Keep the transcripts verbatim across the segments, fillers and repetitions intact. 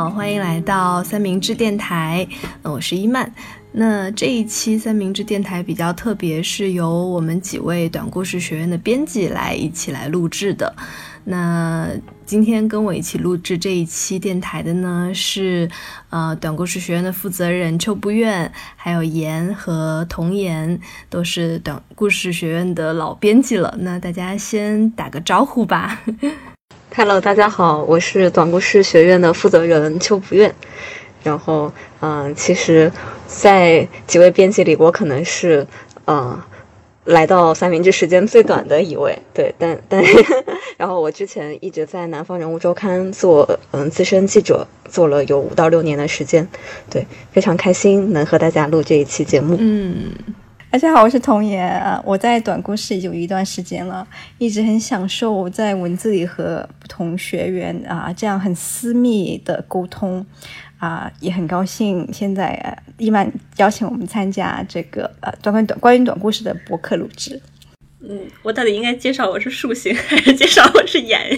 好，欢迎来到三明治电台，呃、我是伊曼。那这一期三明治电台比较特别，是由我们几位短故事学院的编辑来一起来录制的。那今天跟我一起录制这一期电台的呢是呃短故事学院的负责人邱不愿，还有妍和童言，都是短故事学院的老编辑了。那大家先打个招呼吧。 Hello， 大家好，我是短故事学院的负责人邱不愿。然后，嗯、呃，其实，在几位编辑里，我可能是，呃，来到三明治时间最短的一位。对，但但，然后我之前一直在南方人物周刊做，嗯、呃，资深记者，做了有五到六年的时间。对，非常开心能和大家录这一期节目。 嗯。 大家好，我是童言。我在短故事有一段时间了，一直很享受在文字里和不同学员啊这样很私密的沟通啊，也很高兴现在呃伊曼邀请我们参加这个呃关于短关于短故事的播客录制。 嗯，我到底应该介绍我是树形还是介绍我是妍？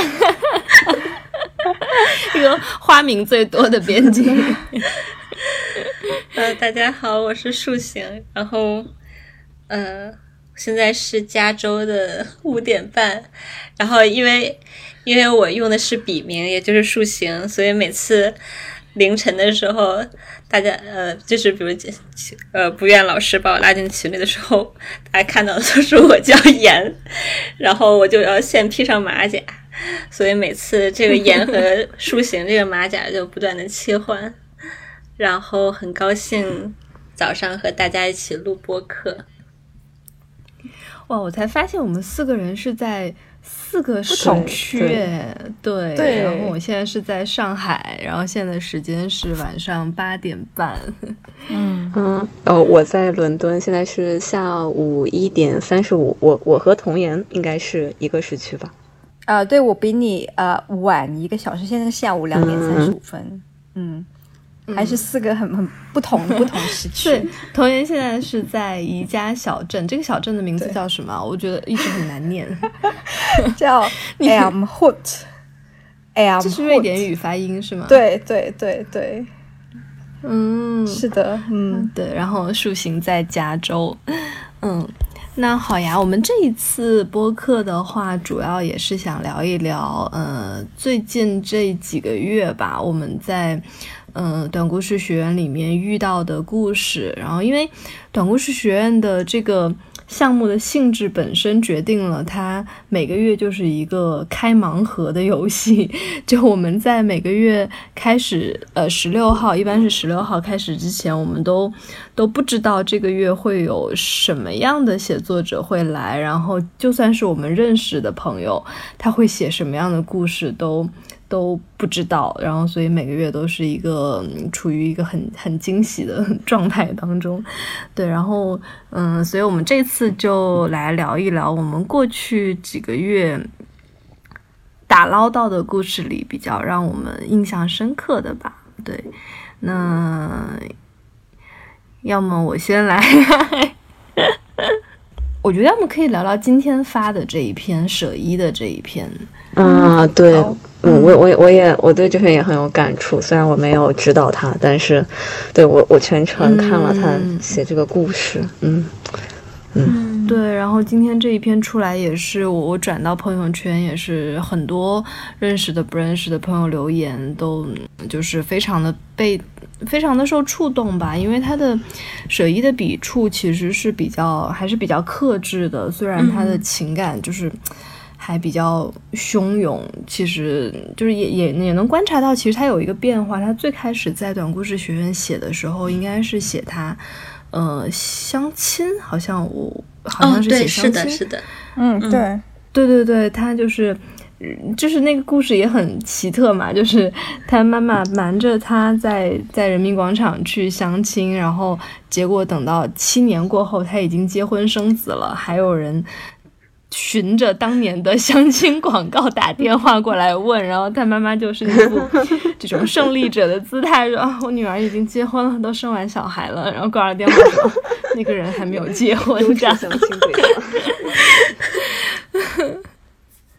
一个花名最多的编辑。 呃，大家好，我是树形，然后呃，现在是加州的五点半，然后因为因为我用的是笔名，也就是树形，所以每次凌晨的时候，大家呃，就是比如呃，不愿老师把我拉进群里的时候，大家看到的都是我叫妍，然后我就要先披上马甲，所以每次这个妍和树形这个马甲就不断的切换。然后很高兴早上和大家一起录播客。 哇，我才发现我们四个人是在四个省区耶。对 对, 对，然后我现在是在上海，然后现在时间是晚上八点半。 嗯嗯，哦，我在伦敦，现在是下午一点三十五。我我和童言应该是一个时区吧？ 啊、呃，对，我比你呃晚一个小时，现在下午两点三十五分。嗯。嗯还是四个很很不同不同时区。 对，童言现在是在宜家小镇，这个小镇的名字叫什么？我觉得一直很难念。 叫 Älmhult。Älmhult， 这是瑞典语发音是吗？ 对对对对， 嗯， 是的，嗯， 对。然后树形在加州，嗯。那好呀，我们这一次播客的话，主要也是想聊一聊，呃，最近这几个月吧，我们在呃短故事学院里面遇到的故事。然后，因为短故事学院的这个项目的性质本身决定了它每个月就是一个开盲盒的游戏，就我们在每个月开始呃十六号，一般是十六号开始之前，我们都都不知道这个月会有什么样的写作者会来，然后就算是我们认识的朋友，他会写什么样的故事都都不知道，然后所以每个月都是一个、嗯、处于一个很很惊喜的状态当中。对，然后嗯，所以我们这次就来聊一聊我们过去几个月打捞到的故事里比较让我们印象深刻的吧。对，那要么我先来。我觉得要么可以聊聊今天发的这一篇舍一的这一篇。 啊，对，嗯，我我我也我对这篇也很有感触，虽然我没有指导他，但是对我我全程看了他写这个故事。嗯 嗯, 嗯对，然后今天这一篇出来也是我我转到朋友圈，也是很多认识的不认识的朋友留言，都就是非常的被非常的受触动吧，因为他的舍一的笔触其实是比较还是比较克制的，虽然他的情感就是还比较汹涌，其实就是也也也能观察到，其实他有一个变化。他最开始在短故事学院写的时候，应该是写他呃相亲，好像我好像是写相亲， 哦、对，是的，是的， 嗯，对， 对对对，他就是就是那个故事也很奇特嘛，就是他妈妈瞒着他在在人民广场去相亲，然后结果等到七年过后，他已经结婚生子了，还有人循着当年的相亲广告打电话过来问，然后他妈妈就是一副这种胜利者的姿态说、啊、我女儿已经结婚了，都生完小孩了，然后挂了电话说那个人还没有结婚，这样相亲对象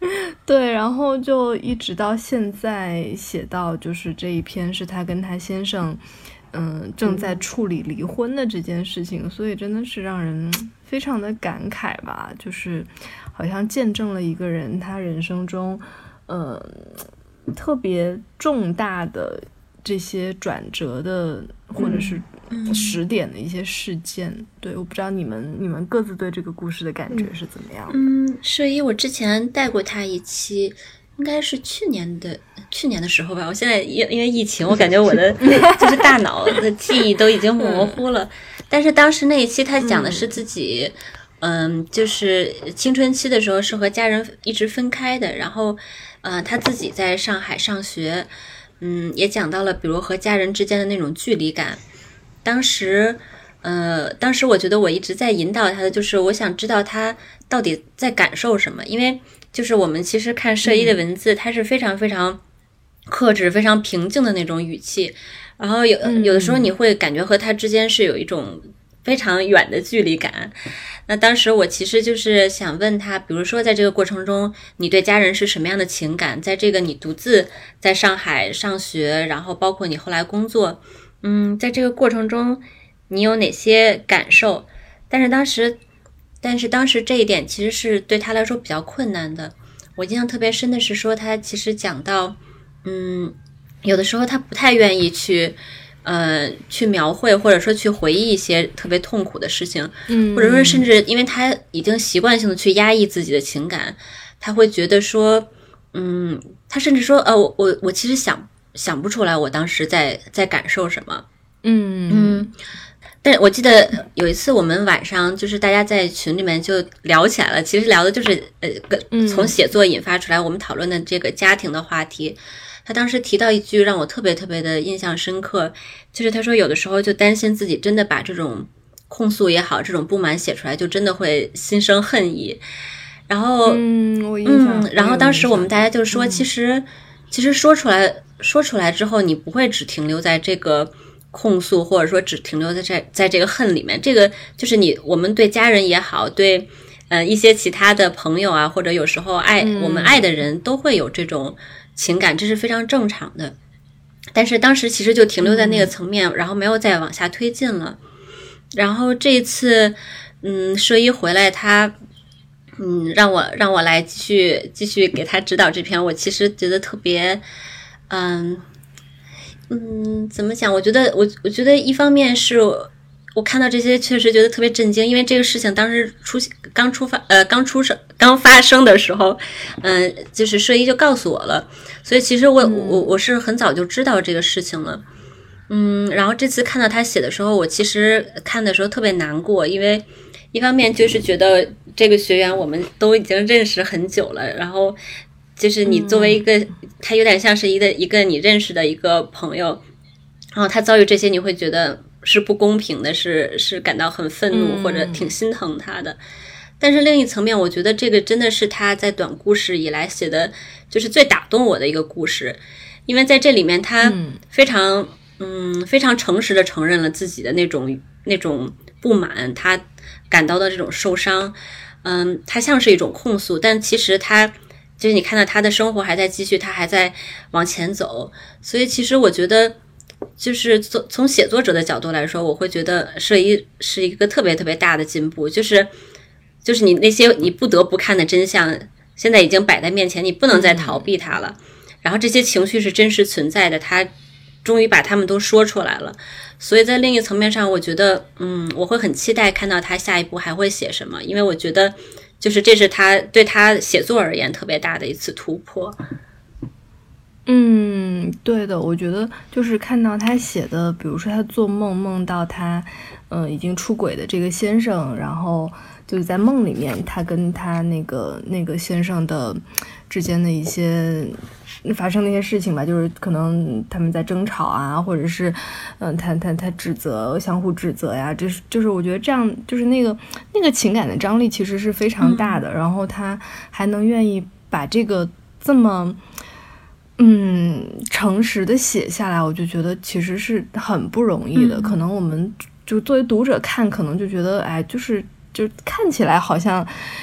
对，然后就一直到现在写到就是这一篇是他跟他先生嗯正在处理离婚的这件事情，所以真的是让人非常的感慨吧，就是好像见证了一个人他人生中呃特别重大的这些转折的或者是时点的一些事件、嗯、对，我不知道你们你们各自对这个故事的感觉是怎么样的。 嗯，所以我之前带过他一期，应该是去年的去年的时候吧，我现在因因为疫情，我感觉我的就是大脑的记忆都已经模糊了、嗯、但是当时那一期他讲的是自己嗯、呃，就是青春期的时候是和家人一直分开的，然后呃，他自己在上海上学，嗯，也讲到了比如和家人之间的那种距离感。当时呃，当时我觉得我一直在引导他的就是我想知道他到底在感受什么，因为就是我们其实看摄一的文字、嗯、它是非常非常克制非常平静的那种语气，然后有有的时候你会感觉和他之间是有一种非常远的距离感。那当时我其实就是想问他，比如说在这个过程中你对家人是什么样的情感，在这个你独自在上海上学，然后包括你后来工作，嗯，在这个过程中你有哪些感受。但是当时但是当时这一点其实是对他来说比较困难的。我印象特别深的是说他其实讲到嗯，有的时候他不太愿意去呃，去描绘或者说去回忆一些特别痛苦的事情，嗯，或者说甚至因为他已经习惯性的去压抑自己的情感，他会觉得说嗯，他甚至说呃，我我我其实想想不出来我当时在在感受什么。 嗯嗯，但我记得有一次我们晚上就是大家在群里面就聊起来了，其实聊的就是呃，从写作引发出来我们讨论的这个家庭的话题。他当时提到一句让我特别特别的印象深刻，就是他说有的时候就担心自己真的把这种控诉也好，这种不满写出来，就真的会心生恨意。然后嗯，我印象嗯，然后当时我们大家就说、嗯、其实其实说出来说出来之后，你不会只停留在这个控诉，或者说只停留在这在这个恨里面，这个就是你我们对家人也好，对呃一些其他的朋友啊，或者有时候爱、嗯、我们爱的人都会有这种情感，这是非常正常的。但是当时其实就停留在那个层面、嗯、然后没有再往下推进了。然后这一次嗯，摄一回来他嗯让我让我来继续继续给他指导这篇，我其实觉得特别嗯嗯怎么讲，我觉得我我觉得一方面是我看到这些确实觉得特别震惊，因为这个事情当时出刚出发呃刚出生刚发生的时候，嗯、呃，就是摄一就告诉我了，所以其实我、嗯、我我是很早就知道这个事情了，嗯，然后这次看到他写的时候，我其实看的时候特别难过，因为一方面就是觉得这个学员我们都已经认识很久了，然后就是你作为一个、嗯、他有点像是一个一个你认识的一个朋友，然后他遭遇这些你会觉得是不公平的，是是感到很愤怒、嗯、或者挺心疼他的。但是另一层面我觉得这个真的是他在短故事以来写的就是最打动我的一个故事，因为在这里面他非常嗯非常诚实的承认了自己的那种那种不满，他感到的这种受伤，嗯，他像是一种控诉，但其实他就是你看到他的生活还在继续，他还在往前走。所以其实我觉得就是从写作者的角度来说，我会觉得摄一是一个特别特别大的进步，就是就是你那些你不得不看的真相现在已经摆在面前，你不能再逃避它了、嗯、然后这些情绪是真实存在的，他终于把他们都说出来了。所以在另一层面上我觉得嗯，我会很期待看到他下一步还会写什么，因为我觉得就是这是他对他写作而言特别大的一次突破。 嗯，对的，我觉得就是看到他写的，比如说他做梦梦到他嗯、呃、已经出轨的这个先生，然后就是在梦里面他跟他那个那个先生的之间的一些发生那些事情吧，就是可能他们在争吵啊，或者是嗯、呃、他他他指责，相互指责呀，这是就是我觉得这样就是那个那个情感的张力其实是非常大的、嗯、然后他还能愿意把这个这么嗯诚实的写下来，我就觉得其实是很不容易的、嗯、可能我们就作为读者看可能就觉得哎就是就看起来好像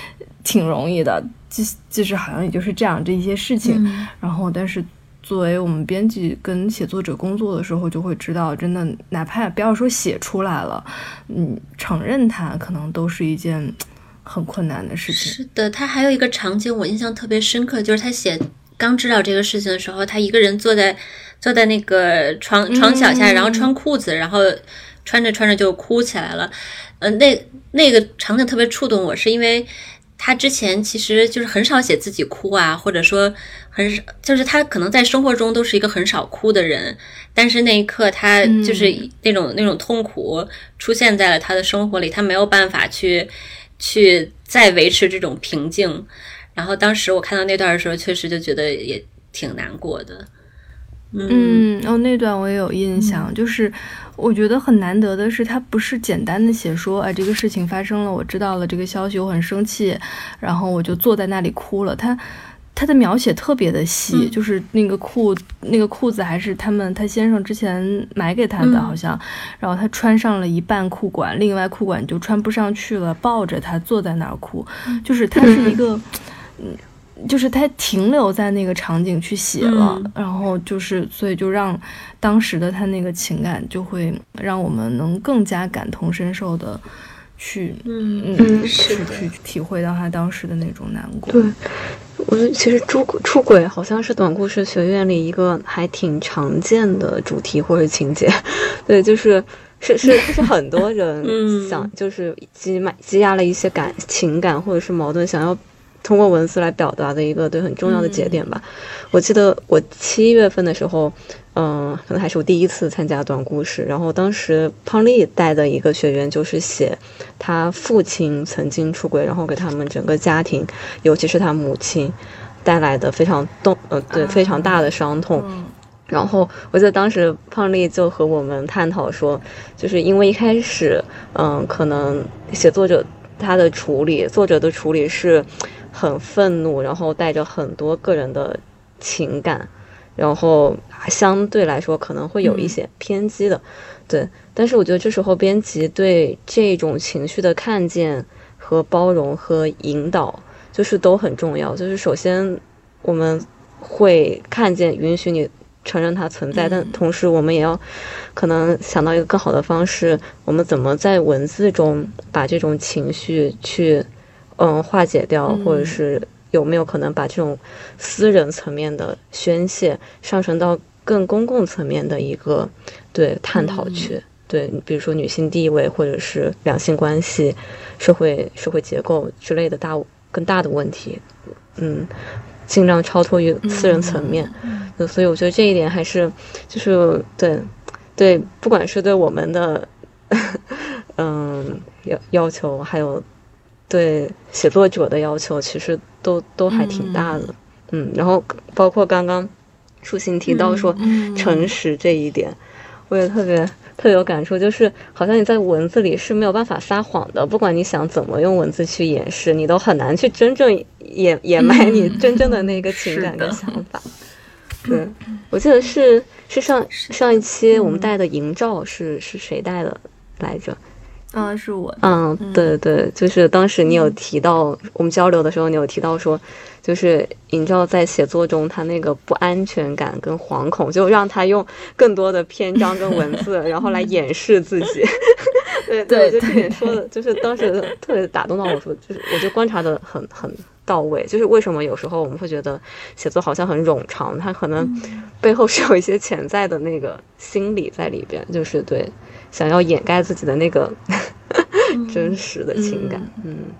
挺容易的，就就是好像也就是这样这一些事情， 嗯、 然后但是作为我们编辑跟写作者工作的时候，就会知道，真的哪怕不要说写出来了，嗯，承认它可能都是一件很困难的事情。 是的，他还有一个场景我印象特别深刻，就是他写刚知道这个事情的时候，他一个人坐在坐在那个床床脚下， 嗯、 然后穿裤子，然后穿着穿着就哭起来了。呃，那那个场景特别触动我，是因为他之前其实就是很少写自己哭啊，或者说很就是他可能在生活中都是一个很少哭的人，但是那一刻他就是那种、嗯、那种痛苦出现在了他的生活里，他没有办法去去再维持这种平静。然后当时我看到那段的时候，确实就觉得也挺难过的。 嗯，哦，那段我也有印象，嗯、就是我觉得很难得的是，他不是简单的写说，哎，这个事情发生了，我知道了这个消息，我很生气，然后我就坐在那里哭了。他他的描写特别的细，嗯、就是那个裤那个裤子还是他们他先生之前买给他的，好像，嗯、然后他穿上了一半裤管，另外裤管就穿不上去了，抱着他坐在那儿哭，就是他是一个，嗯。就是他停留在那个场景去写了，嗯、然后就是所以就让当时的他那个情感就会让我们能更加感同身受的去嗯嗯是去体会到他当时的那种难过。 对，我觉得其实出出轨好像是短故事学院里一个还挺常见的主题或者情节。对，就是是是是很多人想就是积满积压了一些感情感或者是矛盾，想要通过文字来表达的一个对很重要的节点吧。嗯、我记得我七月份的时候，嗯、呃，可能还是我第一次参加短故事，然后当时胖丽带的一个学员就是写他父亲曾经出轨，然后给他们整个家庭，尤其是他母亲带来的非常动呃对非常大的伤痛。啊嗯然后我记得当时胖丽就和我们探讨说，就是因为一开始，嗯，可能写作者他的处理，作者的处理是很愤怒，然后带着很多个人的情感，然后相对来说可能会有一些偏激的，嗯、对。但是我觉得这时候编辑对这种情绪的看见和包容和引导，就是都很重要。就是首先我们会看见，允许你承认它存在，但同时我们也要可能想到一个更好的方式，我们怎么在文字中把这种情绪去嗯化解掉，或者是有没有可能把这种私人层面的宣泄上升到更公共层面的一个对探讨去、嗯、对，比如说女性地位或者是两性关系、社会社会结构之类的大更大的问题，嗯尽量超脱于私人层面、嗯、所以我觉得这一点还是就是对对，不管是对我们的嗯要要求，还有对写作者的要求，其实都都还挺大的。 嗯, 嗯然后包括刚刚舒心提到说诚实这一点、嗯嗯、我也特别特别有感触，就是好像你在文字里是没有办法撒谎的，不管你想怎么用文字去掩饰，你都很难去真正掩掩埋你真正的那个情感跟想法、嗯、对，我记得是是上上一期我们带的营造是、嗯、是谁带的来着？ 啊，是我。 嗯，对对，就是当时你有提到、嗯、我们交流的时候，你有提到说，就是营造在写作中他那个不安全感跟惶恐，就让他用更多的篇章跟文字，然后来掩饰自己。对对，我就这点说的，就是当时特别打动到我说，就是我就观察的很很到位，就是为什么有时候我们会觉得写作好像很冗长，它可能背后是有一些潜在的那个心理在里边，就是对想要掩盖自己的那个真实的情感。嗯，嗯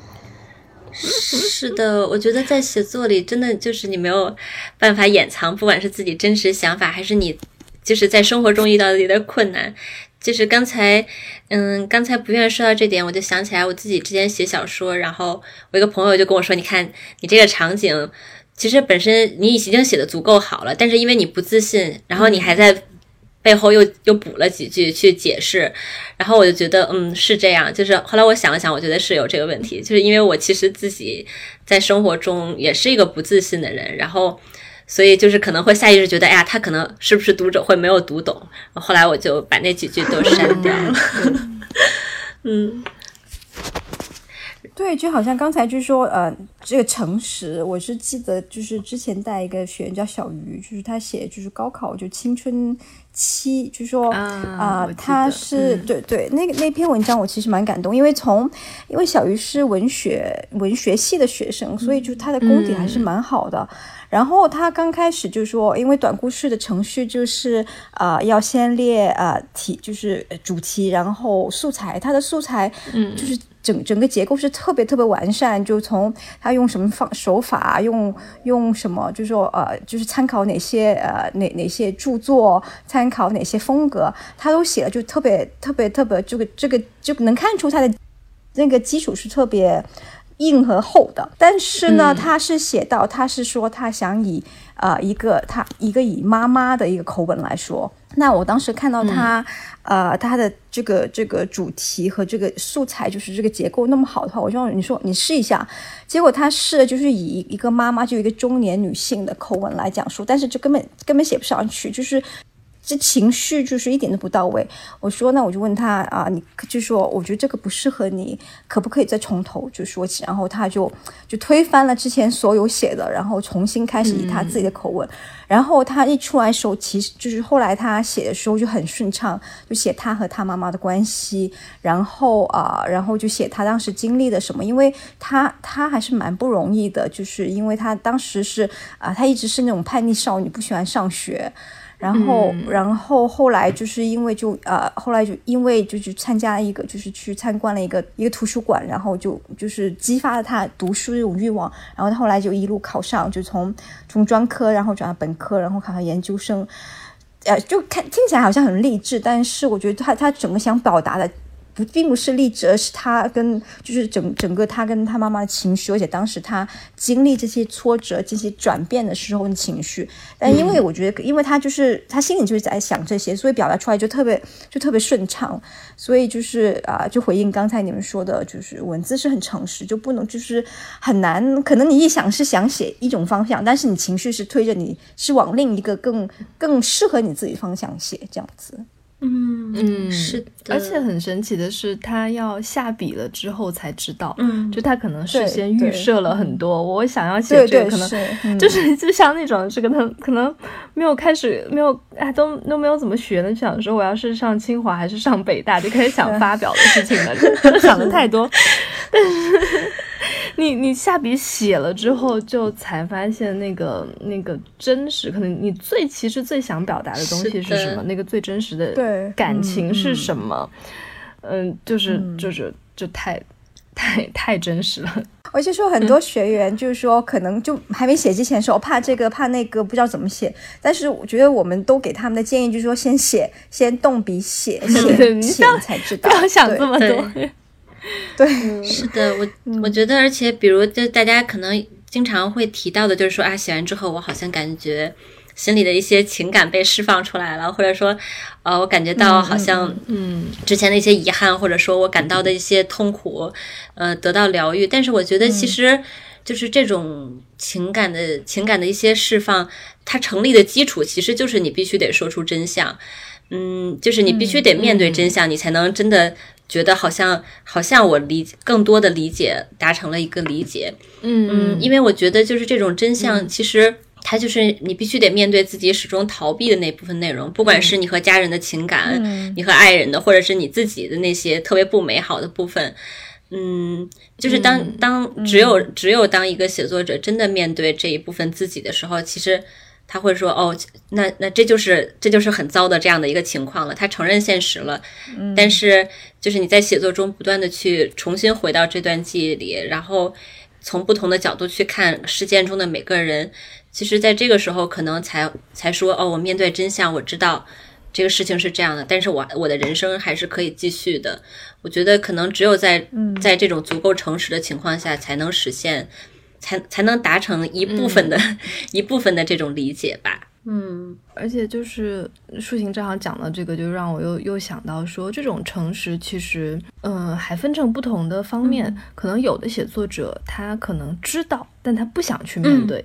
是的，我觉得在写作里真的就是你没有办法掩藏，不管是自己真实想法，还是你就是在生活中遇到的一点困难。就是刚才嗯刚才不愿意说到这点，我就想起来我自己之前写小说，然后我一个朋友就跟我说，你看你这个场景其实本身你已经写的足够好了，但是因为你不自信，然后你还在背后又又补了几句去解释，然后我就觉得嗯是这样，就是后来我想了想，我觉得是有这个问题，就是因为我其实自己在生活中也是一个不自信的人，然后所以就是可能会下意识觉得，哎呀，他可能是不是读者会没有读懂，后来我就把那几句都删掉了。嗯， 对，就好像刚才就说呃这个诚实，我是记得就是之前带一个学员叫小鱼，就是他写就是高考就青春期，就说啊、呃、他是、嗯、对对那个那篇文章我其实蛮感动，因为从因为小鱼是文学文学系的学生，所以就他的功底还是蛮好的。嗯，然后他刚开始就说，因为短故事的程序就是啊、呃，要先列啊、呃、题，就是主题，然后素材。他的素材就是整、嗯、整个结构是特别特别完善，就从他用什么方手法，用用什么，就是说呃，就是参考哪些呃哪哪些著作，参考哪些风格，他都写了，就特别特别特别这个这个就能看出他的那个基础是特别硬和厚的。但是呢、嗯、他是写到他是说他想以呃一个他一个以妈妈的一个口吻来说。那我当时看到他、嗯、呃他的这个这个主题和这个素材就是这个结构那么好的话，我就你说你试一下。结果他试的就是以一个妈妈就一个中年女性的口吻来讲述，但是就根本根本写不上去，就是这情绪就是一点都不到位。我说那我就问他啊，你就说我觉得这个不适合你，可不可以再从头就说起？然后他就就推翻了之前所有写的，然后重新开始以他自己的口吻、嗯、然后他一出来的时候，其实就是后来他写的时候就很顺畅，就写他和他妈妈的关系，然后啊、呃，然后就写他当时经历了什么，因为他他还是蛮不容易的，就是因为他当时是啊、呃，他一直是那种叛逆少女，不喜欢上学。然后、嗯，然后后来就是因为就呃，后来就因为就去参加一个，就是去参观了一个一个图书馆，然后就就是激发了他读书这种欲望，然后他后来就一路考上，就从从专科，然后转到本科，然后考上研究生，呃，就看听起来好像很励志，但是我觉得他他整个想表达的。不，并不是励志，而是他跟就是整整个他跟他妈妈的情绪，而且当时他经历这些挫折、这些转变的时候的情绪。但因为我觉得，因为他就是他心里就是在想这些，所以表达出来就特别就特别顺畅。所以就是啊、呃，就回应刚才你们说的，就是文字是很诚实，就不能就是很难。可能你一想是想写一种方向，但是你情绪是推着你是往另一个更更适合你自己方向写这样子。 嗯嗯，是的， 而且很神奇的是，他要下笔了之后才知道， 嗯， 就他可能事先预设了很多。我想要写这个，可能就是、嗯、就像那种这个他可能没有开始没有哎都都没有怎么学呢，就想说我要是上清华还是上北大，就开始想发表的事情了，真的想的太多。但是你你下笔写了之后，就才发现那个那个真实，可能你最其实最想表达的东西是什么，那个最真实的感情是什么？嗯，嗯就是、嗯、就是就太太太真实了。 而且说很多学员就是说可能就还没写之前说怕这个怕那个不知道怎么写，但是我觉得我们都给他们的建议就是说先写，先动笔写，写写才知道， 不要想这么多。 对， 是的，我、嗯、我觉得，而且比如就大家可能经常会提到的，就是说啊，写完之后我好像感觉心里的一些情感被释放出来了，或者说，呃，我感觉到好像嗯之前的一些遗憾，或者说我感到的一些痛苦，呃，得到疗愈。但是我觉得其实就是这种情感的情感的一些释放，它成立的基础其实就是你必须得说出真相，嗯，就是你必须得面对真相，嗯、你才能真的。觉得好像好像我理更多的理解达成了一个理解，嗯嗯，因为我觉得就是这种真相，其实它就是你必须得面对自己始终逃避的那部分内容，不管是你和家人的情感，嗯、你和爱人的，或者是你自己的那些特别不美好的部分，嗯，就是当、嗯、当只有、嗯、只有当一个写作者真的面对这一部分自己的时候，其实。他会说哦，那那这就是这就是很糟的这样的一个情况了。他承认现实了，嗯、但是就是你在写作中不断的去重新回到这段记忆里，然后从不同的角度去看事件中的每个人。其实，在这个时候可能才才说哦，我面对真相，我知道这个事情是这样的，但是我我的人生还是可以继续的。我觉得可能只有在在这种足够诚实的情况下，才能实现。才才能达成一部分的、嗯、一部分的这种理解吧。 嗯，而且就是树晴正好讲到这个，就让我又又想到说，这种诚实其实，嗯、呃，还分成不同的方面。嗯、可能有的写作者他可能知道，但他不想去面对。嗯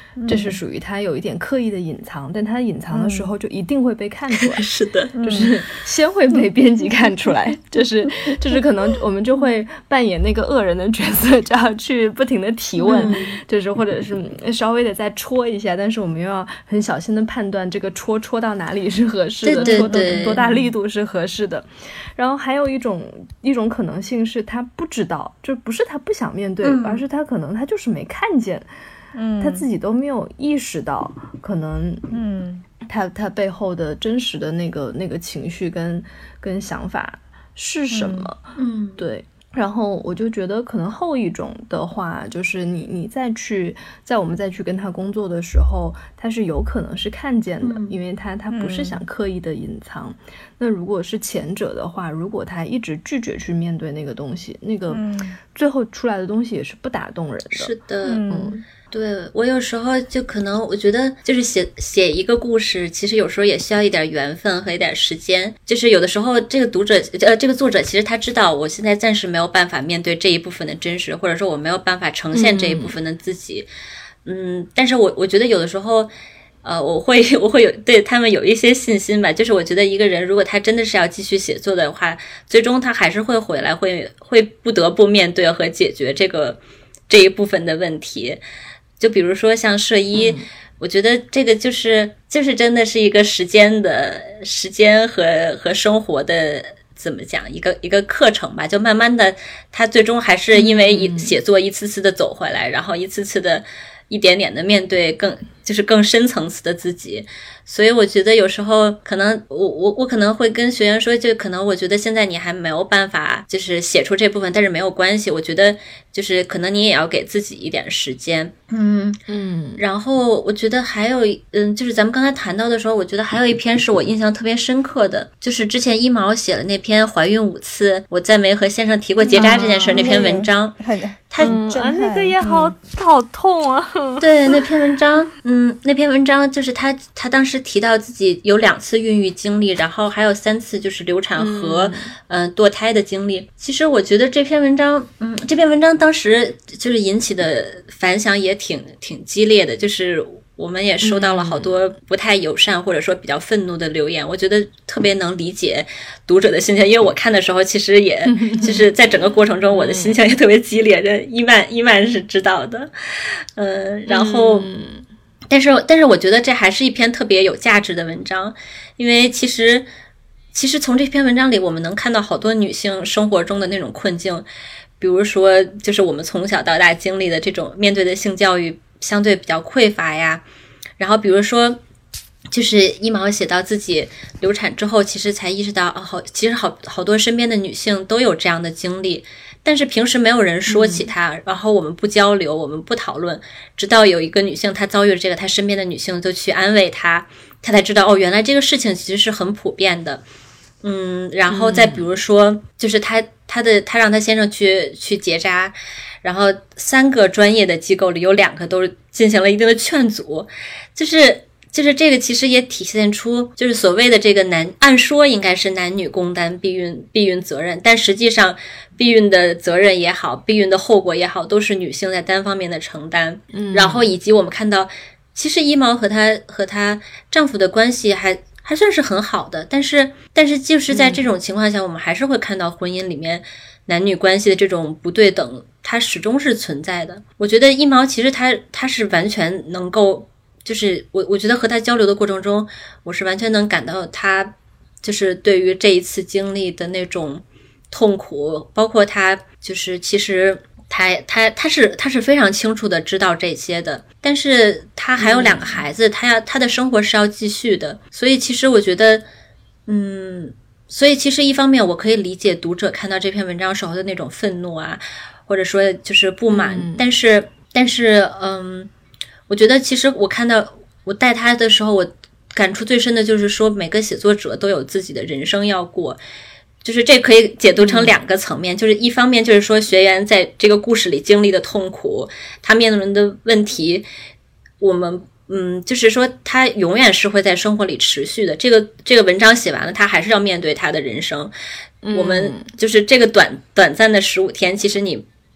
这是属于他有一点刻意的隐藏，但他隐藏的时候就一定会被看出来。 是的， 就是先会被编辑看出来，就是就是可能我们就会扮演那个恶人的角色，就要去不停的提问， 嗯就是或者是稍微的再戳一下，但是我们又要很小心的判断这个戳戳到哪里是合适的， 对对戳的对多大力度是合适的。然后还有一种一种可能性是他不知道，就不是他不想面对， 嗯而是他可能他就是没看见， 嗯， 他自己都没有意识到，可能嗯他他背后的真实的那个那个情绪跟跟想法是什么。 嗯， 对。然后我就觉得可能后一种的话，就是你你再去在我们再去跟他工作的时候，他是有可能是看见的， 嗯因为他他不是想刻意的隐藏。那如果是前者的话，如果他一直拒绝去面对那个东西，那个最后出来的东西也是不打动人的。 是的， 嗯对，我有时候就可能我觉得就是写写一个故事，其实有时候也需要一点缘分和一点时间。就是有的时候这个读者呃这个作者其实他知道我现在暂时没有办法面对这一部分的真实，或者说我没有办法呈现这一部分的自己。嗯, 嗯但是我我觉得有的时候呃我会我会有对他们有一些信心吧，就是我觉得一个人如果他真的是要继续写作的话，最终他还是会回来，会会不得不面对和解决这个这一部分的问题。就比如说像摄一、嗯、我觉得这个就是就是真的是一个时间的时间和和生活的怎么讲一个一个课程吧，就慢慢的他最终还是因为一写作一次次的走回来、嗯、然后一次次的一点点的面对更就是更深层次的自己。所以我觉得有时候可能我我我可能会跟学员说，就可能我觉得现在你还没有办法就是写出这部分，但是没有关系，我觉得就是可能你也要给自己一点时间。嗯嗯，然后我觉得还有嗯，就是咱们刚才谈到的时候，我觉得还有一篇是我印象特别深刻的，就是之前一毛写了那篇怀孕五次我再没和先生提过结扎这件事、啊、那篇文章， 他、嗯、啊那个也好、嗯、好痛啊。 对，那篇文章嗯那篇文章就是他他当时提到自己有两次孕育经历，然后还有三次就是流产和嗯、呃、堕胎的经历。其实我觉得这篇文章嗯这篇文章当时就是引起的反响也挺挺激烈的，就是我们也收到了好多不太友善或者说比较愤怒的留言、嗯、我觉得特别能理解读者的心情，因为我看的时候其实也就是在整个过程中我的心情也特别激烈，这伊曼伊曼是知道的。嗯、呃、然后、嗯但是但是我觉得这还是一篇特别有价值的文章，因为其实其实从这篇文章里我们能看到好多女性生活中的那种困境，比如说就是我们从小到大经历的这种面对的性教育相对比较匮乏呀，然后比如说就是一毛写到自己流产之后，其实才意识到哦，好，其实好好多身边的女性都有这样的经历，但是平时没有人说起它、嗯、然后我们不交流，我们不讨论，直到有一个女性她遭遇了这个，她身边的女性就去安慰她，她才知道哦，原来这个事情其实是很普遍的。嗯，然后再比如说、嗯、就是她她的她让她先生去去结扎，然后三个专业的机构里有两个都进行了一定的劝阻，就是就是这个其实也体现出就是所谓的这个男按说应该是男女共担避孕避孕责任，但实际上避孕的责任也好，避孕的后果也好，都是女性在单方面的承担。嗯，然后以及我们看到其实一毛和她和她丈夫的关系还还算是很好的，但是但是就是在这种情况下、嗯、我们还是会看到婚姻里面男女关系的这种不对等，它始终是存在的。我觉得一毛其实他他是完全能够就是我我觉得和他交流的过程中，我是完全能感到他就是对于这一次经历的那种痛苦，包括他就是其实他他他是他是非常清楚的知道这些的，但是他还有两个孩子，他要他的生活是要继续的，所以其实我觉得嗯所以其实一方面我可以理解读者看到这篇文章时候的那种愤怒啊，或者说就是不满、嗯、但是但是嗯我觉得其实我看到我带他的时候，我感触最深的就是说每个写作者都有自己的人生要过，就是这可以解读成两个层面、嗯、就是一方面就是说学员在这个故事里经历的痛苦，他面临的问题，我们嗯，就是说他永远是会在生活里持续的，这个这个文章写完了他还是要面对他的人生、嗯、我们就是这个短短暂的十五天，其实你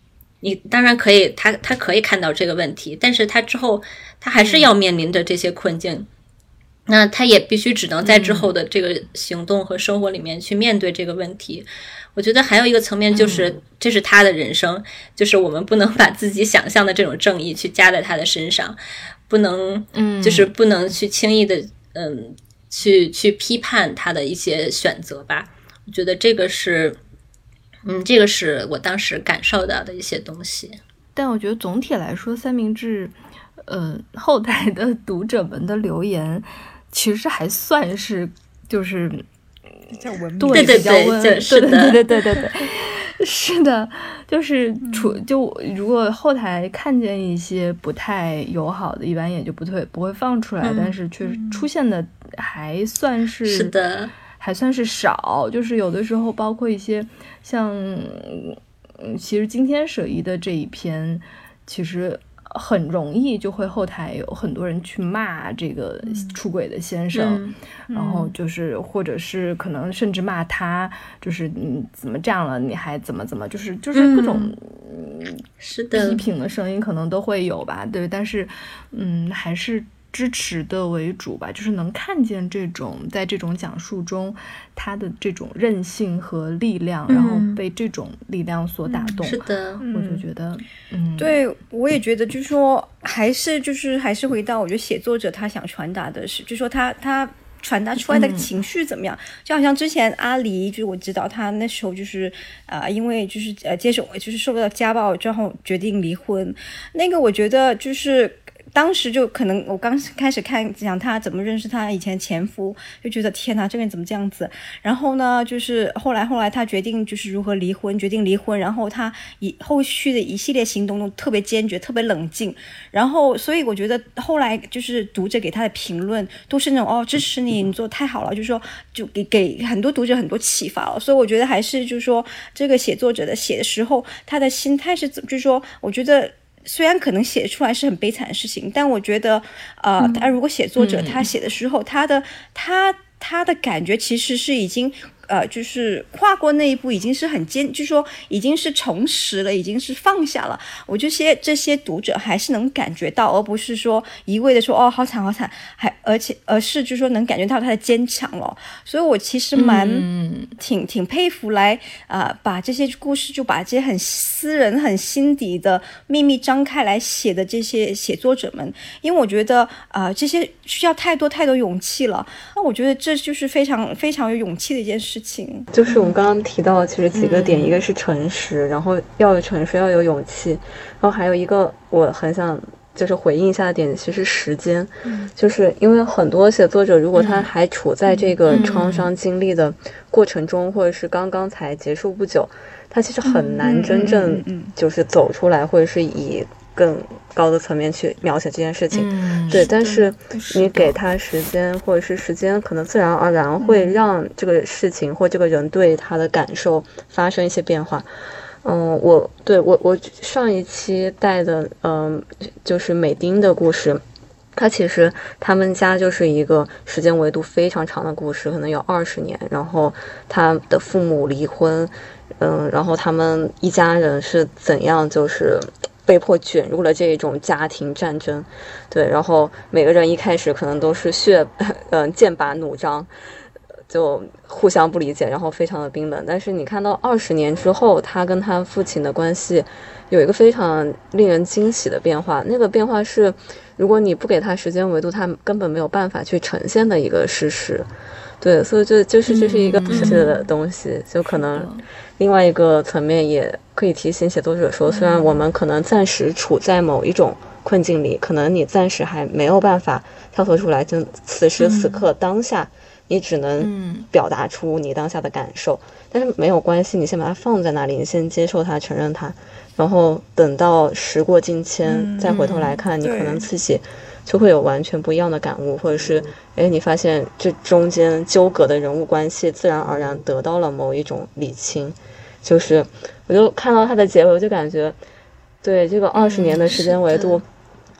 你当然可以，他他可以看到这个问题，但是他之后他还是要面临着这些困境。嗯，那他也必须只能在之后的这个行动和生活里面去面对这个问题。我觉得还有一个层面就是、嗯、这是他的人生，就是我们不能把自己想象的这种正义去加在他的身上，不能嗯，就是不能去轻易的嗯去去批判他的一些选择吧。我觉得这个是嗯这个是我当时感受到的一些东西。 但我觉得总体来说，三明治呃后台的读者们的留言其实还算是就是比较文明， 对对对对， 是的， 对对对对对，是的，就是处就如果后台看见一些不太友好的，一般也就不会不会放出来，嗯、但是确实出现的还算是是的， 还算是少，就是有的时候包括一些像，嗯，其实今天舍一的这一篇，其实很容易就会后台有很多人去骂这个出轨的先生、嗯、然后就是或者是可能甚至骂他，就是你怎么这样了你还怎么怎么，就是就是各种、 嗯、是的批评的声音可能都会有吧，对，但是嗯还是支持的为主吧，就是能看见这种在这种讲述中他的这种韧性和力量、嗯、然后被这种力量所打动、 嗯、是的， 我就觉得嗯， 对，我也觉得就是说还是就是还是回到我觉得写作者他想传达的是，就是说他他传达出来的情绪怎么样、嗯、就好像之前阿狸，就是我知道他那时候就是啊、呃，因为就是呃接受就是受到家暴之后决定离婚，那个我觉得就是当时就可能我刚开始看讲他怎么认识他以前前夫，就觉得天哪，这个人怎么这样子，然后呢就是后来后来他决定就是如何离婚，决定离婚，然后他以后续的一系列行动都特别坚决特别冷静，然后所以我觉得后来就是读者给他的评论都是那种哦支持你你做太好了，就是说就给给很多读者很多启发了，所以我觉得还是就是说这个写作者的写的时候他的心态是就是说我觉得虽然可能写出来是很悲惨的事情，但我觉得呃、嗯、他如果写作者他写的时候、嗯、他的他他的感觉其实是已经呃，就是跨过那一步，已经是很坚，就是说已经是重拾了，已经是放下了。我这些这些读者还是能感觉到，而不是说一味的说哦好惨好惨，还而且而是就是说能感觉到他的坚强了。所以我其实蛮、嗯、挺挺佩服来啊、呃，把这些故事就把这些很私人、很心底的秘密张开来写的这些写作者们，因为我觉得啊、呃、这些需要太多太多勇气了。那我觉得这就是非常非常有勇气的一件事。事情就是我们刚刚提到其实几个点、嗯、一个是诚实，然后要有诚实要有勇气，然后还有一个我很想就是回应一下的点其实是时间、嗯、就是因为很多写作者如果他还处在这个创伤经历的过程中、嗯、或者是刚刚才结束不久，他其实很难真正就是走出来、嗯、或者是以更高的层面去描写这件事情、嗯、对，但是你给他时间或者是时间可能自然而然会让这个事情或这个人对他的感受发生一些变化。嗯，我对我我上一期带的嗯就是美丁的故事，他其实他们家就是一个时间维度非常长的故事，可能有二十年，然后他的父母离婚，嗯，然后他们一家人是怎样就是被迫卷入了这种家庭战争，对，然后每个人一开始可能都是血，嗯，剑拔弩张，就互相不理解，然后非常的冰冷。但是你看到二十年之后，他跟他父亲的关系有一个非常令人惊喜的变化。那个变化是，如果你不给他时间维度，他根本没有办法去呈现的一个事实。对，所以就就是这是一个不是的东西、嗯、就可能另外一个层面也可以提醒写作者说，虽然我们可能暂时处在某一种困境里，可能你暂时还没有办法跳脱出来，就此时此刻当下你只能表达出你当下的感受、嗯、但是没有关系，你先把它放在那里，你先接受它承认它，然后等到时过境迁、嗯、再回头来看、嗯、你可能自己就会有完全不一样的感悟，或者是哎，你发现这中间纠葛的人物关系自然而然得到了某一种理清。就是我就看到他的结尾，我就感觉对这个二十年的时间维度、嗯、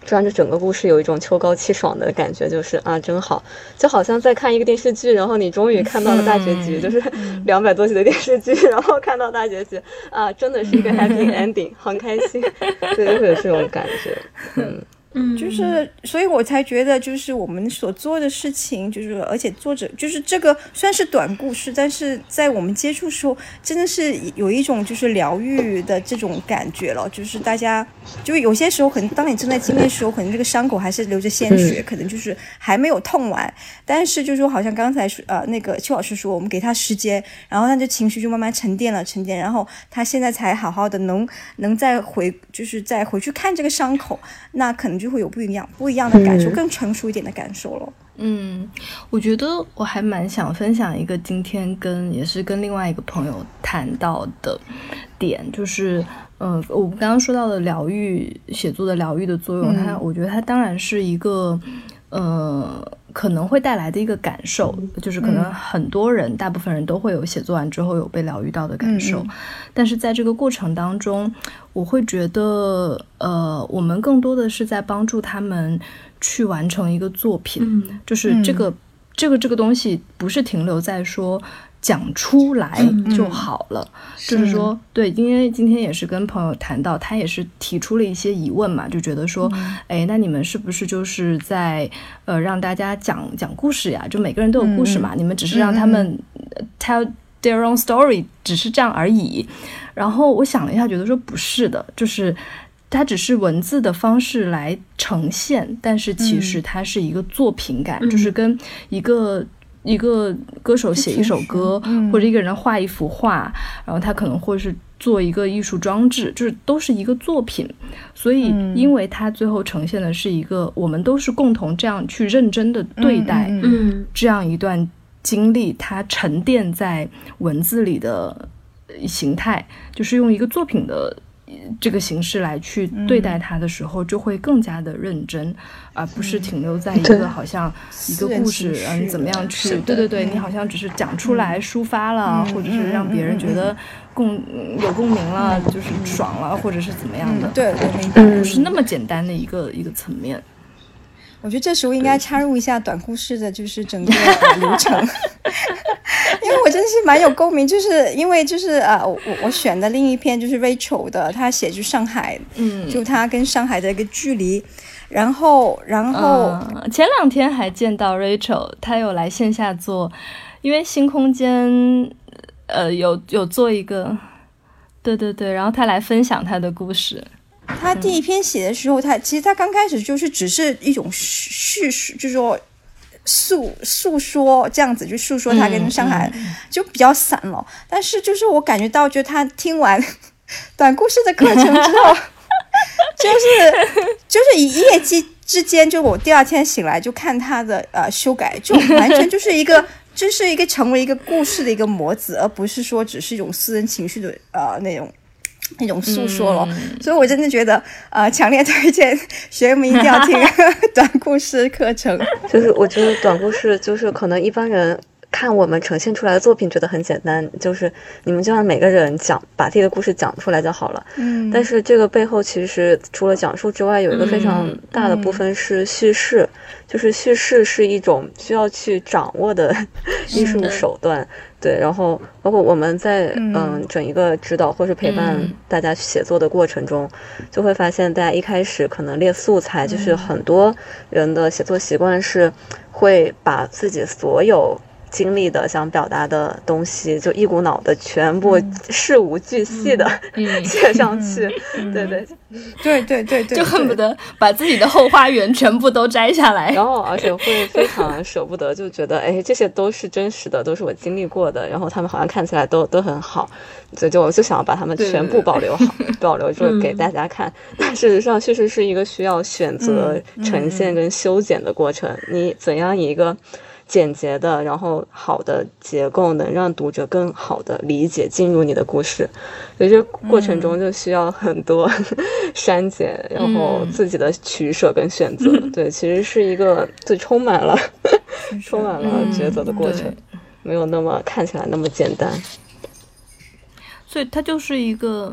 让这整个故事有一种秋高气爽的感觉，就是啊真好，就好像在看一个电视剧，然后你终于看到了大结局，嗯、就是两百多集的电视剧，然后看到大结局啊，真的是一个 happy ending， 很开心，对，就会有这种感觉，嗯。 嗯，就是，所以我才觉得，就是我们所做的事情，就是，而且作者就是这个虽然是短故事，但是在我们接触的时候，真的是有一种就是疗愈的这种感觉了。就是大家，就有些时候可能当你正在经历的时候，可能这个伤口还是流着鲜血，可能就是还没有痛完，但是就是说，好像刚才呃那个邱老师说，我们给他时间，然后他的情绪就慢慢沉淀了，沉淀，然后他现在才好好的能能再回，就是再回去看这个伤口，那可能就会有不一样不一样的感受、嗯、更成熟一点的感受了。 嗯，我觉得我还蛮想分享一个今天跟也是跟另外一个朋友谈到的点，就是呃我刚刚说到的疗愈写作的疗愈的作用、嗯、它我觉得它当然是一个呃可能会带来的一个感受，就是可能很多人、嗯、大部分人都会有写作完之后有被疗愈到的感受、嗯、但是在这个过程当中我会觉得呃我们更多的是在帮助他们去完成一个作品、嗯、就是这个、嗯、这个这个东西不是停留在说讲出来就好了、嗯、就是说对，因为今天也是跟朋友谈到，他也是提出了一些疑问嘛，就觉得说、嗯、哎，那你们是不是就是在呃让大家讲讲故事呀，就每个人都有故事嘛、嗯、你们只是让他们 tell their own story 只是这样而已。然后我想了一下，觉得说不是的，就是它只是文字的方式来呈现，但是其实它是一个作品感、嗯、就是跟一个一个歌手写一首歌、嗯、或者一个人画一幅画，然后他可能会是做一个艺术装置，就是都是一个作品。所以因为他最后呈现的是一个、嗯、我们都是共同这样去认真的对待这样一段经历，它沉淀在文字里的形态，就是用一个作品的这个形式来去对待它的时候、嗯、就会更加的认真，而不是停留在一个好像一个故事嗯怎么样去对对对、嗯、你好像只是讲出来抒发了、嗯、或者是让别人觉得共、嗯、有共鸣了、嗯、就是爽了、嗯、或者是怎么样的、 嗯、对我明白， 不是那么简单的一个一个层面。 我觉得这时候应该插入一下短故事的就是整个流程因为我真的是蛮有共鸣，就是因为就是呃我我选的另一篇就是 Rachel 的，他写就上海，嗯，就他跟上海的一个距离，然后然后、 嗯、前两天还见到 Rachel， 他有来线下做，因为新空间呃有有做一个，对对对，然后他来分享他的故事。 他第一篇写的时候，他其实他刚开始就是只是一种叙述，就是说诉诉说这样子，就诉说他跟上海、嗯嗯、就比较散了。但是就是我感觉到，就他听完短故事的课程之后，就是就是一夜之之间，就我第二天醒来就看他的呃修改，就完全就是一个。就是一个成为一个故事的一个模子，而不是说只是一种私人情绪的呃那种。那种诉说了、嗯、所以我真的觉得呃，强烈推荐学员们一定要听短故事课程。 就是我觉得短故事就是可能一般人看我们呈现出来的作品觉得很简单，就是你们就让每个人讲把自己的故事讲出来就好了，嗯，但是这个背后其实除了讲述之外有一个非常大的部分是叙事、嗯、就是叙事是一种需要去掌握的艺术手段，对，然后包括我们在嗯、呃、整一个指导或是陪伴大家写作的过程中、嗯、就会发现大家一开始可能列素材，就是很多人的写作习惯是会把自己所有经历的想表达的东西就一股脑的全部事无巨细的、嗯、写上去、嗯、对对对对对对， 就恨不得把自己的后花园全部都摘下来， 然后而且会非常舍不得，就觉得哎这些都是真实的，都是我经历过的，然后他们好像看起来都都很好，所以就我就想要把他们全部保留好保留住给大家看、嗯、但事实上确实是一个需要选择、嗯、呈现跟修剪的过程、嗯、你怎样以一个简洁的然后好的结构能让读者更好的理解进入你的故事，所以这过程中就需要很多、嗯、删减，然后自己的取舍跟选择、嗯、对，其实是一个最充满了充满了抉择的过程、嗯、没有那么看起来那么简单， 所以它就是一个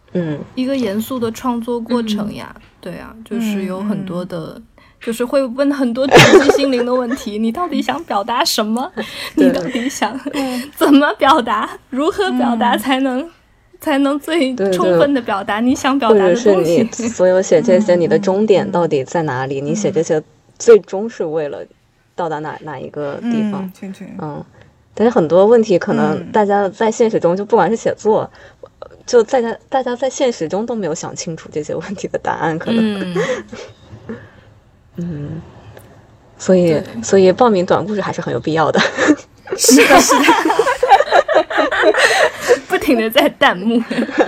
嗯， 一个严肃的创作过程呀。嗯、对啊，就是有很多的。嗯就是会问很多直击心灵的问题，你到底想表达什么？你到底想怎么表达？如何表达才能、嗯、才能最充分的表达你想表达的东西？ 或者是你所有写这些，你的终点到底在哪里？嗯、你写这些最终是为了到达哪哪一个地方？ 嗯， 嗯，但是很多问题可能大家在现实中，就不管是写作，就大家大家在现实中都没有想清楚这些问题的答案，可能。 嗯嗯，所以所以报名短故事还是很有必要的。 是的，是的，不停的在弹幕。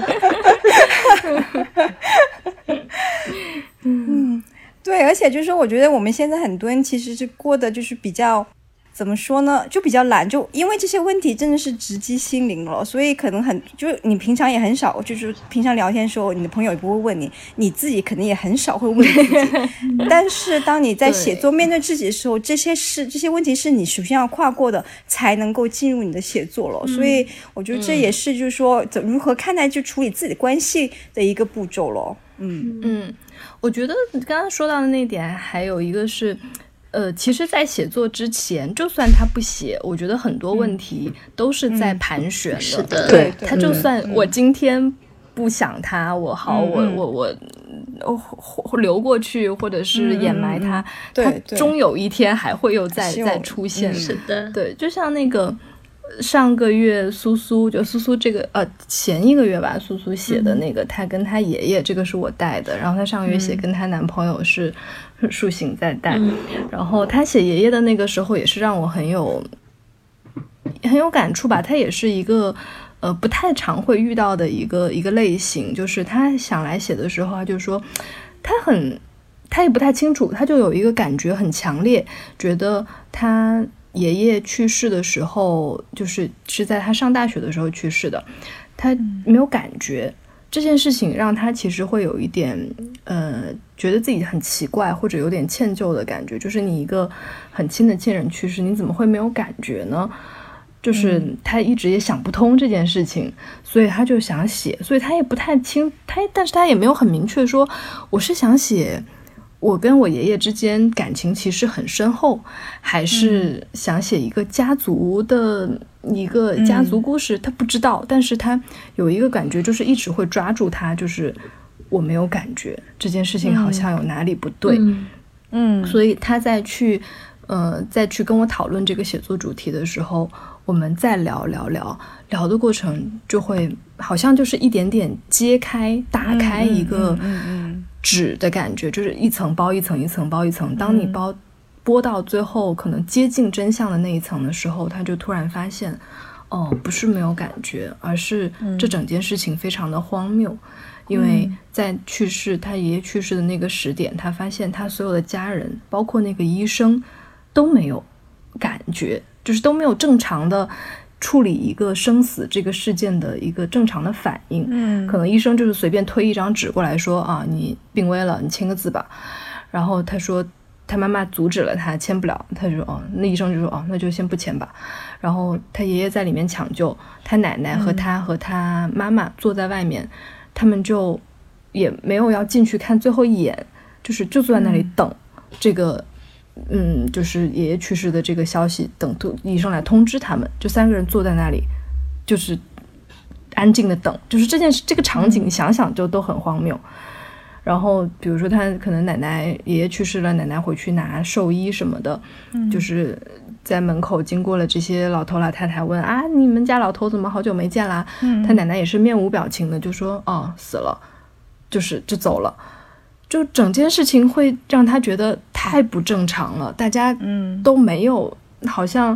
嗯，对，而且就是我觉得我们现在很多人其实是过得就是比较。怎么说呢，就比较懒，就因为这些问题真的是直击心灵了，所以可能很就是你平常也很少，就是平常聊天的时候你的朋友也不会问你，你自己可能也很少会问自己但是当你在写作面对自己的时候，这些是这些问题是你首先要跨过的，才能够进入你的写作了、嗯、所以我觉得这也是就是说怎如何看待就处理自己的关系的一个步骤了。嗯嗯，我觉得刚刚说到的那点还有一个是呃，其实在写作之前，就算他不写，我觉得很多问题都是在盘旋的。 嗯、是的， 对， 他就算我今天不想他，嗯、我好，我我我我流过去，或者是掩埋他， 嗯、 他终有一天还会又再再出现。 嗯、是的， 对，就像那个上个月苏苏，就苏苏这个呃前一个月吧，苏苏写的那个，他、嗯、跟他爷爷，这个是我带的，然后他上个月写跟他男朋友是。树醒在带、嗯、然后他写爷爷的那个时候也是让我很有很有感触吧，他也是一个呃不太常会遇到的一个一个类型，就是他想来写的时候他就说他很他也不太清楚，他就有一个感觉很强烈，觉得他爷爷去世的时候就是是在他上大学的时候去世的，他没有感觉，这件事情让他其实会有一点呃，觉得自己很奇怪或者有点歉疚的感觉，就是你一个很亲的亲人去世，你怎么会没有感觉呢？就是他一直也想不通这件事情，所以他就想写，所以他也不太清他但是他也没有很明确说我是想写我跟我爷爷之间感情其实很深厚，还是想写一个家族的一个家族故事、嗯、他不知道，但是他有一个感觉，就是一直会抓住他，就是我没有感觉这件事情好像有哪里不对。 嗯，嗯所以他再去呃再去跟我讨论这个写作主题的时候，我们再聊聊聊聊的过程就会好像就是一点点揭开打开一个纸的感觉，就是一层包一层一层包一层，当你包剥到最后可能接近真相的那一层的时候，他就突然发现哦，不是没有感觉，而是这整件事情非常的荒谬。因为在去世他爷爷去世的那个时点，他发现他所有的家人包括那个医生都没有感觉，就是都没有正常的处理一个生死这个事件的一个正常的反应。嗯，可能医生就是随便推一张纸过来说啊，你病危了，你签个字吧。然后他说他妈妈阻止了他，签不了，他就说哦，那医生就说哦，那就先不签吧。然后他爷爷在里面抢救，他奶奶和他和他妈妈坐在外面，他们就也没有要进去看最后一眼，就是就坐在那里等这个嗯，就是爷爷去世的这个消息，等医生来通知他们，就三个人坐在那里就是安静的等，就是这件事这个场景想想就都很荒谬。然后比如说他可能奶奶爷爷去世了，奶奶回去拿寿衣什么的、嗯、就是在门口经过了这些老头老太太，问啊你们家老头怎么好久没见啦、嗯、他奶奶也是面无表情的就说哦死了，就是就走了。就整件事情会让他觉得太不正常了，大家都没有好像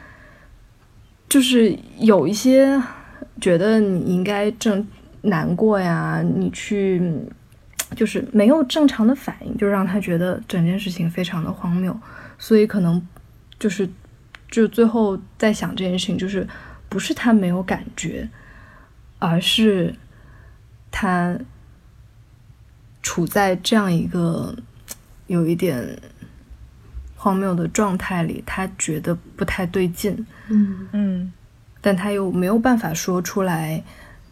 就是有一些觉得你应该正难过呀，你去就是没有正常的反应，就让他觉得整件事情非常的荒谬。所以可能就是就最后在想这件事情，就是不是他没有感觉，而是他处在这样一个有一点荒谬的状态里，他觉得不太对劲， 嗯嗯， 但他又没有办法说出来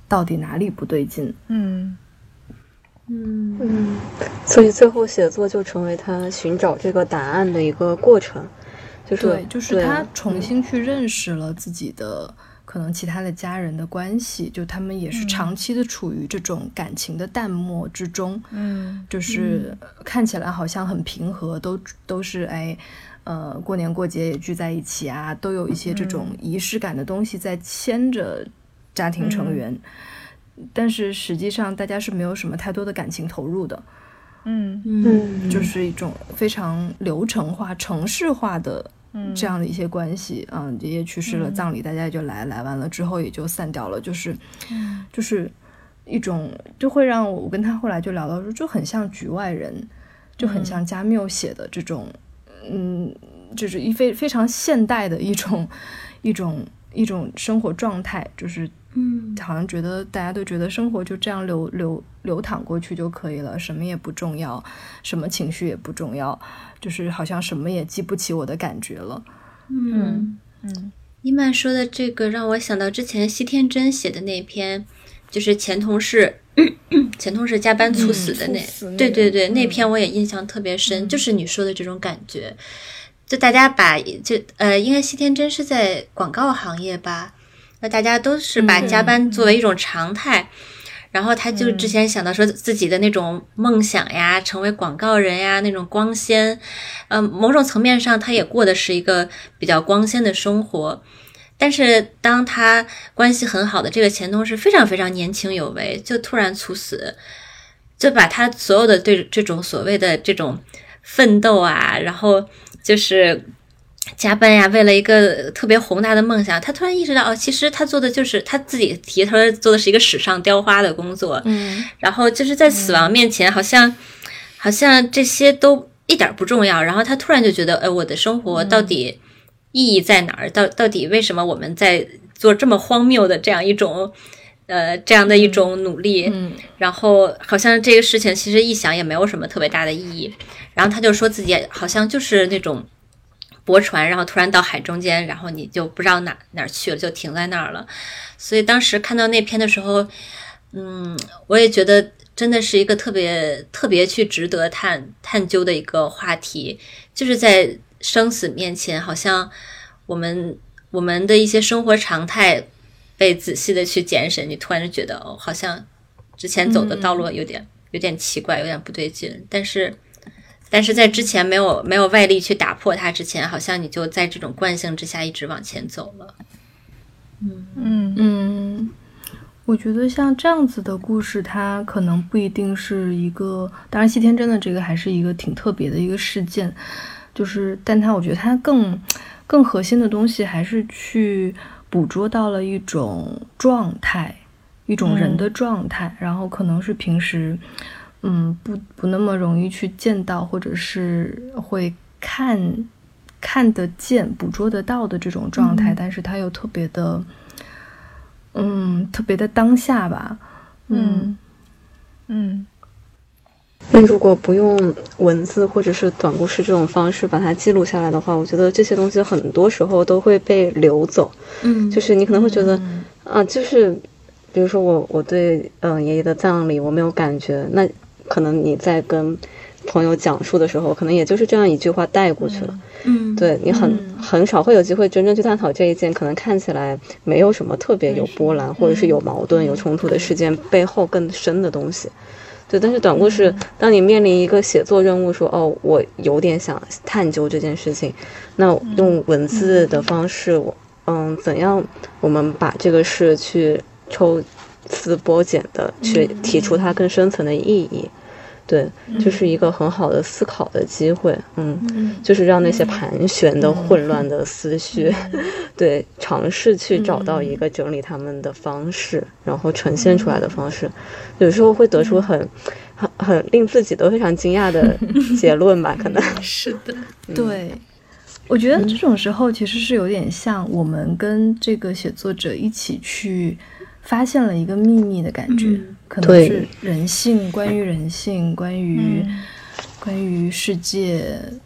到底哪里不对劲。 嗯嗯嗯，所以最后写作就成为他寻找这个答案的一个过程，就是对，就是他重新去认识了自己的、嗯、可能其他的家人的关系，就他们也是长期的处于这种感情的淡漠之中， 嗯， 就是看起来好像很平和，都都是哎。呃，过年过节也聚在一起啊，都有一些这种仪式感的东西在牵着家庭成员、嗯、但是实际上大家是没有什么太多的感情投入的。 嗯嗯，就是一种非常流程化程式化的这样的一些关系啊、嗯，爷爷去世了，葬礼大家也就来来完了之后也就散掉了，就是、嗯、就是一种就会让我跟他后来就聊到说就很像局外人，就很像加缪写的这种嗯，就是一非非常现代的一种一种一种生活状态，就是嗯，好像觉得大家都觉得生活就这样流流流淌过去就可以了，什么也不重要，什么情绪也不重要，就是好像什么也激不起我的感觉了。 嗯嗯，伊曼说的这个让我想到之前西天真写的那篇，就是前同事前同事加班猝死的那、嗯、对对对、嗯、那篇我也印象特别深、嗯、就是你说的这种感觉，就大家把就呃应该西天真是在广告行业吧，那大家都是把加班作为一种常态、嗯、然后他就之前想到说自己的那种梦想呀、嗯、成为广告人呀，那种光鲜，呃某种层面上他也过的是一个比较光鲜的生活，但是当他关系很好的这个前同事非常非常年轻有为，就突然猝死，就把他所有的对这种所谓的这种奋斗啊，然后就是加班呀，为了一个特别宏大的梦想，他突然意识到哦，其实他做的就是他自己提他说做的是一个纸上雕花的工作，嗯，然后就是在死亡面前、嗯、好像好像这些都一点不重要，然后他突然就觉得哎，我的生活到底、嗯意义在哪儿？到到底为什么我们在做这么荒谬的这样一种，呃，这样的一种努力？嗯，然后好像这个事情其实一想也没有什么特别大的意义。然后他就说自己好像就是那种泊船，然后突然到海中间，然后你就不知道哪哪儿去了，就停在那儿了。所以当时看到那篇的时候，嗯，我也觉得真的是一个特别特别去值得探探究的一个话题，就是在生死面前，好像我们我们的一些生活常态被仔细的去检审，你突然就觉得哦，好像之前走的道路有点、嗯、有点奇怪，有点不对劲，但是但是在之前没有没有外力去打破它之前，好像你就在这种惯性之下一直往前走了。 嗯嗯嗯，我觉得像这样子的故事，它可能不一定是一个，当然西天真的这个还是一个挺特别的一个事件。就是，但他我觉得他更更核心的东西还是去捕捉到了一种状态，一种人的状态，嗯、然后可能是平时嗯不不那么容易去见到，或者是会看看得见、捕捉得到的这种状态，嗯、但是他又特别的嗯特别的当下吧，嗯嗯。 那如果不用文字或者是短故事这种方式把它记录下来的话，我觉得这些东西很多时候都会被流走。嗯，就是你可能会觉得，嗯、啊，就是比如说我我对嗯、呃、爷爷的葬礼我没有感觉，那可能你在跟朋友讲述的时候，可能也就是这样一句话带过去了。嗯，对你很、嗯、很少会有机会真正去探讨这一件可能看起来没有什么特别有波澜、嗯、或者是有矛盾、嗯、有冲突的事件背后更深的东西。对，但是短故事，当你面临一个写作任务说，哦，我有点想探究这件事情，那用文字的方式，我嗯，怎样我们把这个事去抽丝剥茧的去提出它更深层的意义，对，就是一个很好的思考的机会，嗯，就是让那些盘旋的混乱的思绪，对，尝试去找到一个整理他们的方式，然后呈现出来的方式，有时候会得出很很很令自己都非常惊讶的结论吧，可能是的， 对。我觉得这种时候其实是有点像我们跟这个写作者一起去发现了一个秘密的感觉，嗯、可能是人性，关于人性，关于、嗯、关于世界，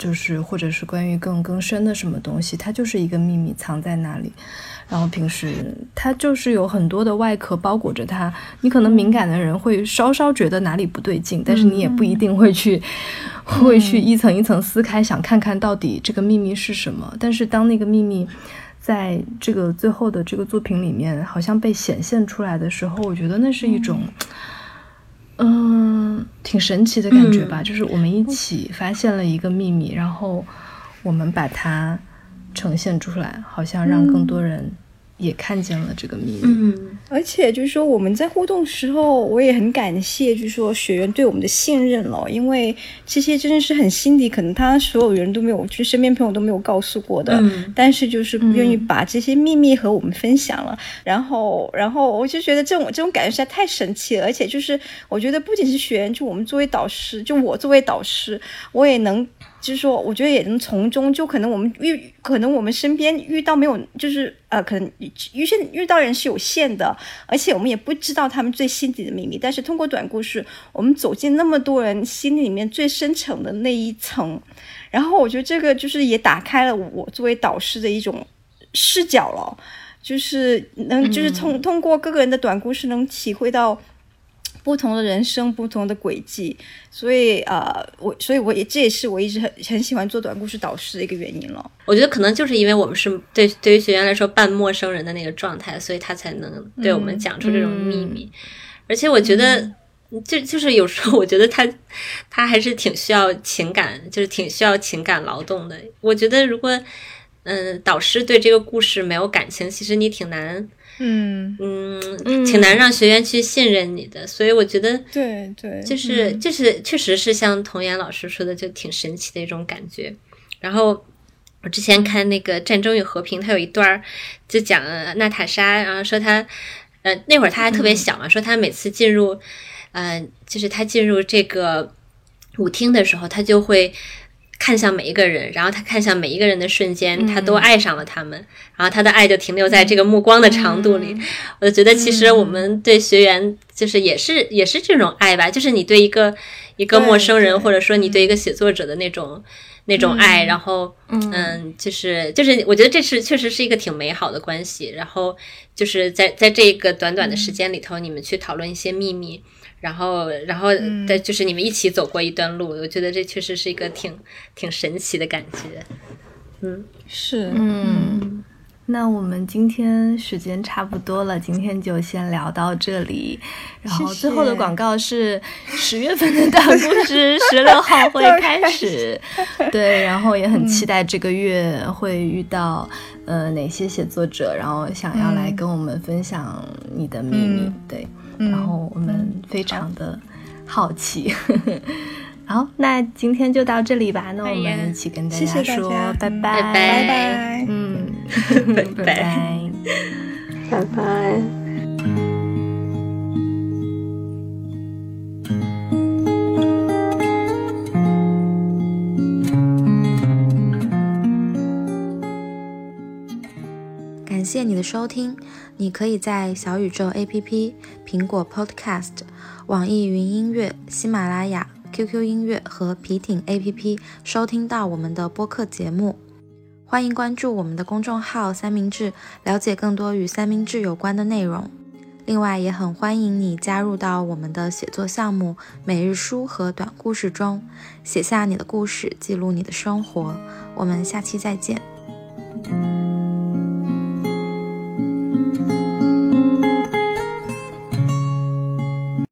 就是或者是关于更更深的什么东西，它就是一个秘密藏在那里，然后平时它就是有很多的外壳包裹着它，你可能敏感的人会稍稍觉得哪里不对劲，但是你也不一定会去、嗯、会去一层一层撕开，想看看到底这个秘密是什么。但是当那个秘密在这个最后的这个作品里面好像被显现出来的时候，我觉得那是一种嗯、呃、挺神奇的感觉吧、嗯、就是我们一起发现了一个秘密，然后我们把它呈现出来，好像让更多人也看见了这个秘密。 嗯，而且就是说我们在互动时候，我也很感谢就是说学员对我们的信任了，因为这些真的是很心底可能他所有人都没有，就是身边朋友都没有告诉过的、嗯、但是就是愿意把这些秘密和我们分享了、嗯、然后然后我就觉得这种这种感觉实在太神奇了。而且就是我觉得不仅是学员，就我们作为导师，就我作为导师，我也能就是说我觉得也能从中，就可能我们遇可能我们身边遇到没有就是呃可能遇见遇到人是有限的，而且我们也不知道他们最心底的秘密，但是通过短故事我们走进那么多人心里面最深层的那一层，然后我觉得这个就是也打开了我作为导师的一种视角了，就是能就是通通过各个人的短故事能体会到不同的人生，不同的轨迹，所以呃，我所以我也这也是我一直很很喜欢做短故事导师的一个原因了。 我觉得可能就是因为我们是对对于学员来说半陌生人的那个状态，所以他才能对我们讲出这种秘密。嗯、而且我觉得，嗯、就就是有时候我觉得他他还是挺需要情感，就是挺需要情感劳动的。我觉得如果嗯、呃、导师对这个故事没有感情，其实你挺难。嗯嗯，挺难让学员去信任你的，嗯、所以我觉得， 对对， 就是、嗯、就是确实是像童言老师说的，就挺神奇的一种感觉。然后我之前看那个《战争与和平》，他有一段就讲娜塔莎，然后说他呃那会儿他还特别小嘛，嗯、说他每次进入呃就是他进入这个舞厅的时候，他就会看向每一个人，然后他看向每一个人的瞬间，他都爱上了他们，嗯、然后他的爱就停留在这个目光的长度里。嗯、我就觉得其实我们对学员就是也是、嗯、也是这种爱吧，就是你对一个一个陌生人，或者说你对一个写作者的那种那种爱，嗯、然后嗯、呃、就是就是我觉得这是确实是一个挺美好的关系。然后就是在在这个短短的时间里头，嗯、你们去讨论一些秘密。然后，然后，再就是你们一起走过一段路，嗯、我觉得这确实是一个挺挺神奇的感觉。嗯， 是， 嗯，那我们今天时间差不多了，今天就先聊到这里。然后最后的广告是十月份的短故事十六号会开始，对，然后也很期待这个月会遇到、嗯、呃哪些写作者，然后想要来跟我们分享你的秘密，嗯、对。然后我们非常的好奇。嗯、好，那今天就到这里吧。那我们一起跟大家说谢谢大家拜拜， 拜拜， 嗯， 拜拜拜， 拜拜。 感谢你的收听，你可以在小宇宙 A P P、苹果 Podcast、网易云音乐、喜马拉雅、Q Q 音乐和皮艇 A P P 收听到我们的播客节目。欢迎关注我们的公众号三明治，了解更多与三明治有关的内容。另外也很欢迎你加入到我们的写作项目每日书和短故事中，写下你的故事，记录你的生活。我们下期再见。